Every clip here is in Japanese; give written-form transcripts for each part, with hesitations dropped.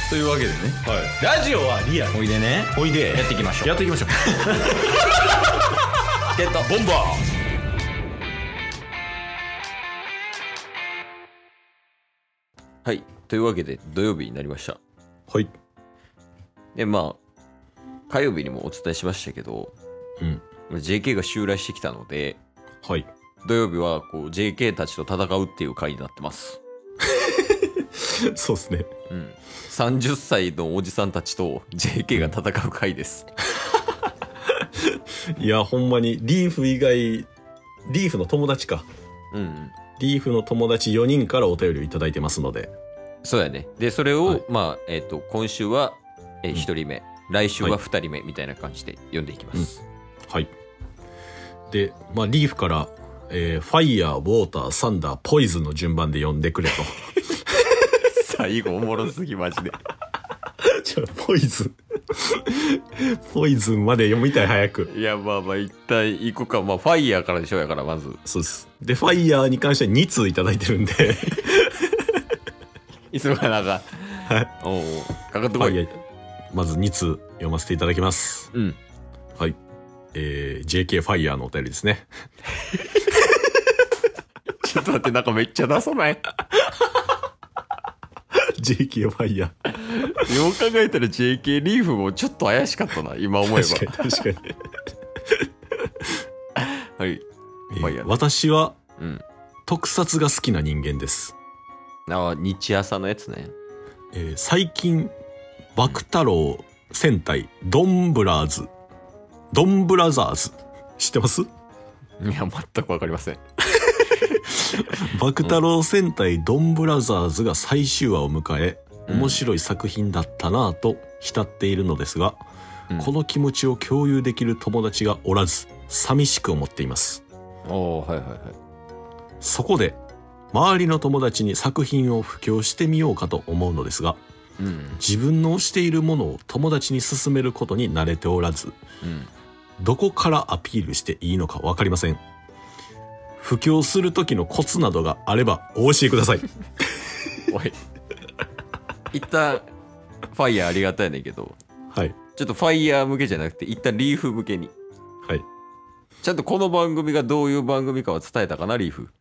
というわけでね、 はい、ラジオはリアル。 おいでね、 おいでやっていきましょう。 やっていきましょうゲットボンバー。 はい、というわけで土曜日になりました。 はい。 でまあ火曜日にもお伝えしましたけど、JK が襲来してきたので、 はい。 土曜日はこう JK たちと戦うっていう回になってます。 そうですね。 30歳のおじさんたちと JK が戦う回です。 いやほんまにリーフ以外、リーフの友達か。リーフの友達4人からお便りをいただいてますので。 そうやね。でそれを、 はい、 今週は、1人目、来週は2人目みたいな感じで読んでいきます。 はい。で、リーフから、ファイヤー、ウォーター、サンダー、ポイズンの順番で読んでくれと。 最後おもろすぎマジで。 ポイズンまで読みたい早く。 いや一体行くか。ファイヤーからでしょやからまず。 そうです。でファイヤーに関しては2通いただいてるんで。 いつもかなんか。はい。おかかってこい。 まず2通読ませていただきます。はい。JK ファイヤーのお便りですね。 ちょっと待って、なんかめっちゃ出さない？ JK ファイヤー。 よう考えたら JK リーフもちょっと怪しかったな、今思えば。 確かに。 はい。 私は、特撮が好きな人間です。 日朝のやつね。 最近爆太郎戦隊ドンブラザーズ知ってます？ いや全くわかりません。 爆太郎戦隊ドンブラザーズが最終話を迎え、面白い作品だったなぁと浸っているのですが、この気持ちを共有できる友達がおらず寂しく思っています。そこで周りの友達に作品を布教してみようかと思うのですが、自分の推しているものを友達に勧めることに慣れておらず、どこからアピールしていいのか分かりません。布教する時のコツなどがあればお教えください。 おい、一旦ファイヤーありがたいねんけど、はい、ちょっとファイヤー向けじゃなくて一旦リーフ向けに、はい、ちゃんとこの番組がどういう番組かは伝えたかな、リーフ。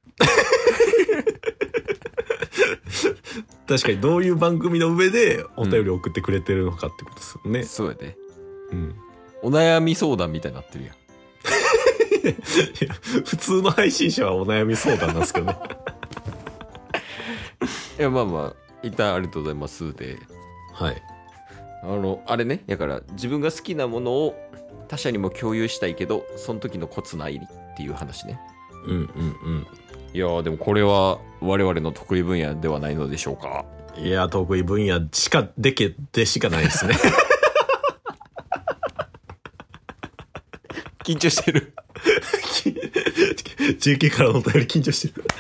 確かにどういう番組の上でお便り送ってくれてるのかってことですよね。 そうやで、お悩み相談みたいになってるやん。 普通の配信者はお悩み相談なんですけどね。 いや一旦ありがとうございますで、はい、あれね、だから自分が好きなものを他者にも共有したいけどその時のコツないっていう話ね。いやでもこれは我々の得意分野ではないのでしょうか。 いや得意分野しかでしかないですね。 緊張してる。 JK からのお便り緊張してる。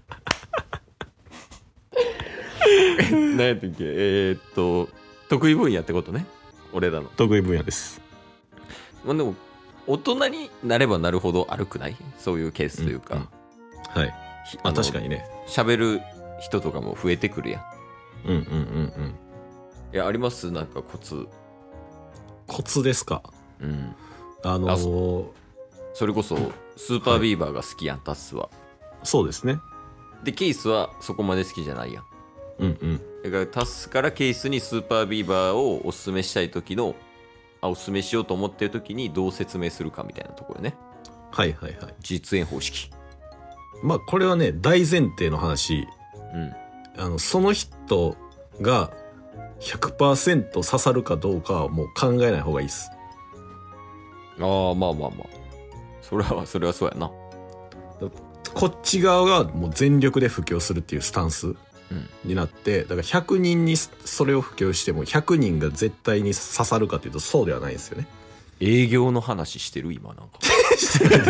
何やったっけ。得意分野ってことね、俺らの得意分野です。 でも大人になればなるほど悪くない？そういうケースというか、はい、 確かにね、 喋る人とかも増えてくるやん。いやあります？なんかコツですか？ それこそスーパービーバーが好きやん、タッスは。 そうですね。 でケイスはそこまで好きじゃないやん。だからタッスからケイスにスーパービーバーをおすすめしたい時のおすすめしようと思ってる時にどう説明するかみたいなところね。実演方式。 これはね大前提の話、その人が 100% 刺さるかどうかはもう考えない方がいいです。 それはそうやな。 こっち側がもう全力で布教するっていうスタンスになって、だから100人にそれを布教しても100人が絶対に刺さるかというとそうではないんですよね。 営業の話してる今なんか。 してないです。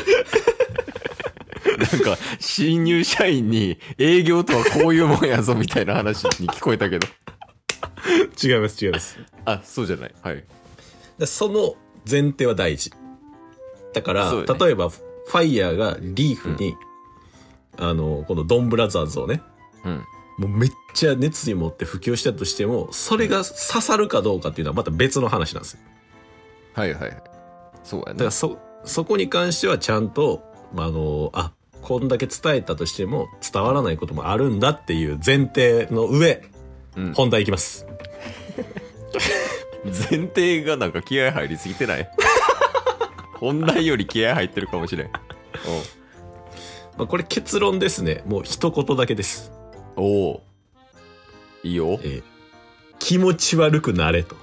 なんか新入社員に営業とはこういうもんやぞみたいな話に聞こえたけど。 違います。 そうじゃない。はい。 その前提は大事だから、例えばファイヤーがリーフに、このドンブラザーズをね、 もうめっちゃ熱意持って普及したとしても、それが刺さるかどうかっていうのはまた別の話なんですよ。 はいはいはい。そうやね。 だからそこに関してはちゃんと、こんだけ伝えたとしても伝わらないこともあるんだっていう前提の上、本題いきます。 前提がなんか気合入りすぎてない？本題より気合入ってるかもしれん。 これ結論ですね。もう一言だけです。 おお。いいよ。 気持ち悪くなれと。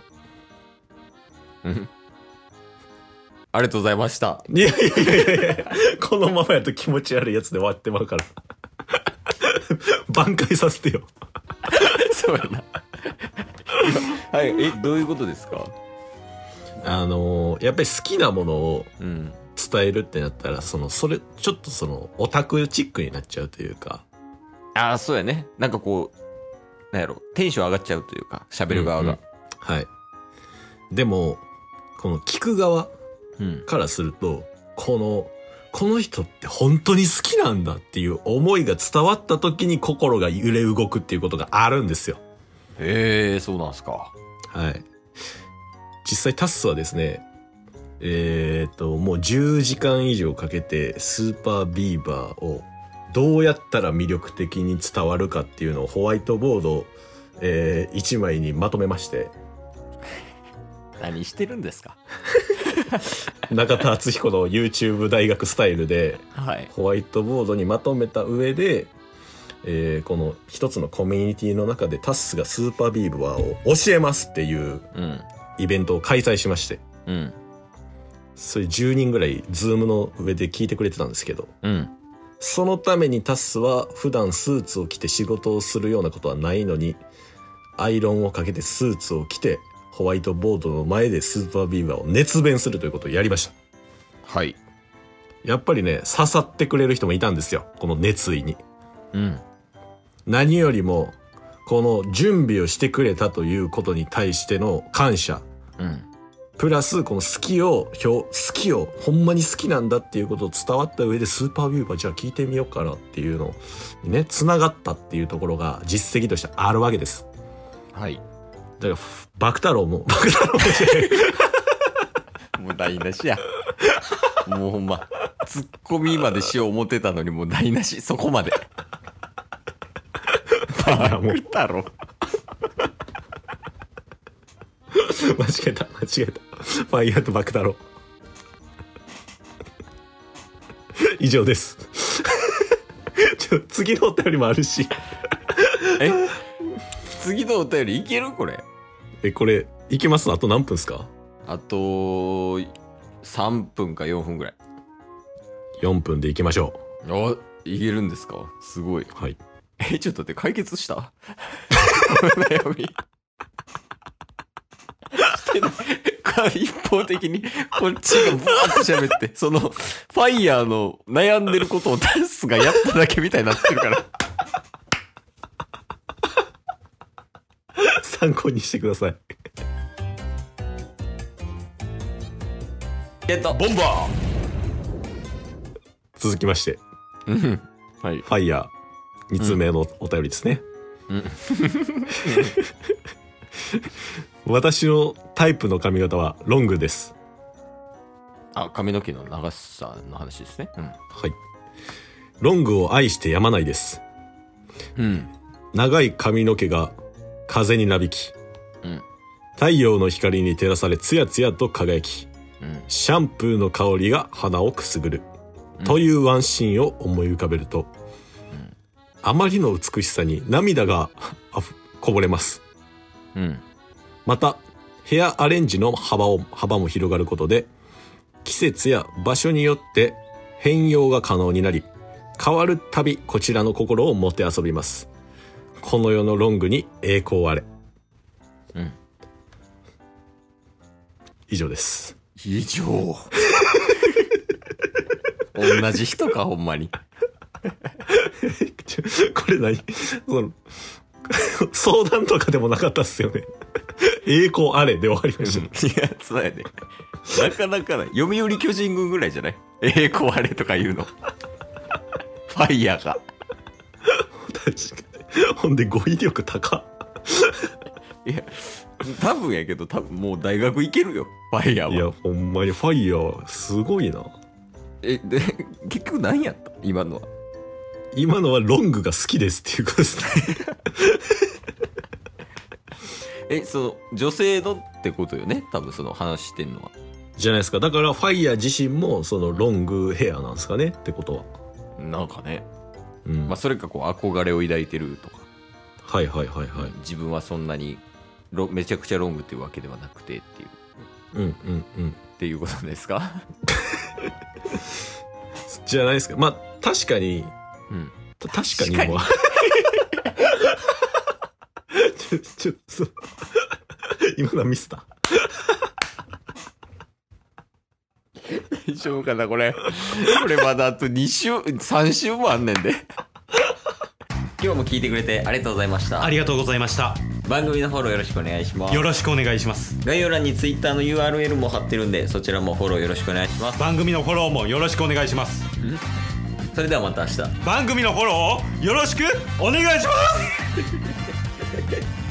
ありがとうございました。 いやこのままやと気持ち悪いやつで終わってまうから。挽回させてよ。 そうやな。はい、どういうことですか？ やっぱり好きなものを伝えるってなったら、それちょっとオタクチックになっちゃうというか。 ああ、そうやね。なんかこう、なんやろ、テンション上がっちゃうというか、喋る側が。 はい。でもこの聞く側からすると、この人って本当に好きなんだっていう思いが伝わった時に心が揺れ動くっていうことがあるんですよ。 へえ、そうなんすか。 はい。実際タッスはですね、もう10時間以上かけてスーパービーバーをどうやったら魅力的に伝わるかっていうのをホワイトボード、1枚にまとめまして。 何してるんですか？ 中田敦彦の YouTube 大学スタイルで、ホワイトボードにまとめた上で、この一つのコミュニティの中でタッスがスーパービーバーを教えますっていうイベントを開催しまして、それ10人ぐらいズームの上で聞いてくれてたんですけど、そのためにタッスは普段スーツを着て仕事をするようなことはないのに、アイロンをかけてスーツを着てホワイトボードの前でスーパービーバーを熱弁するということをやりました。 はい。 やっぱりね、刺さってくれる人もいたんですよ、この熱意に。何よりもこの準備をしてくれたということに対しての感謝、プラスこの好きをほんまに好きなんだっていうことを伝わった上で、スーパービーバーじゃあ聞いてみようかなっていうのにね、繋がったっていうところが実績としてあるわけです。 はい。 だから爆太郎ももう台無しや。もうほんまツッコミまでしよう思ってたのに、もう台無し。そこまで。爆太郎。 間違えた。ファイヤーと爆太郎。以上です。次のお便りもあるし。 次のお便りいける？これ。 これいけます？あと何分ですか？ あと3分か4分ぐらい。 4分でいきましょう。いけるんですか？すごい。 はい。 ちょっと待って、解決した？悩み。一方的にこっちがブワーって喋って、そのファイヤーの悩んでることをタッスがやっただけみたいになってるから。 参考にしてください。 ボンバー。 続きまして、 はい、 ファイヤー2通目のお便りですね。私のタイプの髪型はロングです。 髪の毛の長さの話ですね。 はい。ロングを愛してやまないです。長い髪の毛が風になびき、太陽の光に照らされツヤツヤと輝き、シャンプーの香りが鼻をくすぐる、というワンシーンを思い浮かべると、あまりの美しさに涙がこぼれます。またヘアアレンジの幅も広がることで、季節や場所によって変容が可能になり、変わるたびこちらの心をもてあそびます。この世のロングに栄光あれ。以上です。 以上。同じ人かほんまに。 これ何？相談とかでもなかったっすよね。栄光あれで終わりました。 いや、そうやね。なかなかない。読売巨人軍ぐらいじゃない？栄光あれとか言うの。ファイヤーが。 確かに。 ほんで語彙力高っ。 いや多分やけど、多分もう大学行けるよファイヤーは。 いやほんまにファイヤーすごいな。 で結局何やった今のは。 今のはロングが好きですっていうことですね。 その女性のってことよね、多分その話してんのは。 じゃないですか。だからファイヤー自身もそのロングヘアなんですかねってことは。 なんかね、 まあそれかこう憧れを抱いてるとか。 はいはいはいはい。 自分はそんなにめちゃくちゃロングっていうわけではなくてっていう。っていうことですか。 じゃないですか。まあ確かに、確かにもうちょっと今のはミスった。 大丈夫かなこれまだあと2週3週もあんねんで。今日も聞いてくれてありがとうございました。 ありがとうございました。 番組のフォローよろしくお願いします。 よろしくお願いします。 概要欄に Twitter の URL も貼ってるんで、そちらもフォローよろしくお願いします。 番組のフォローもよろしくお願いします。 それではまた明日。 番組のフォローをよろしくお願いします。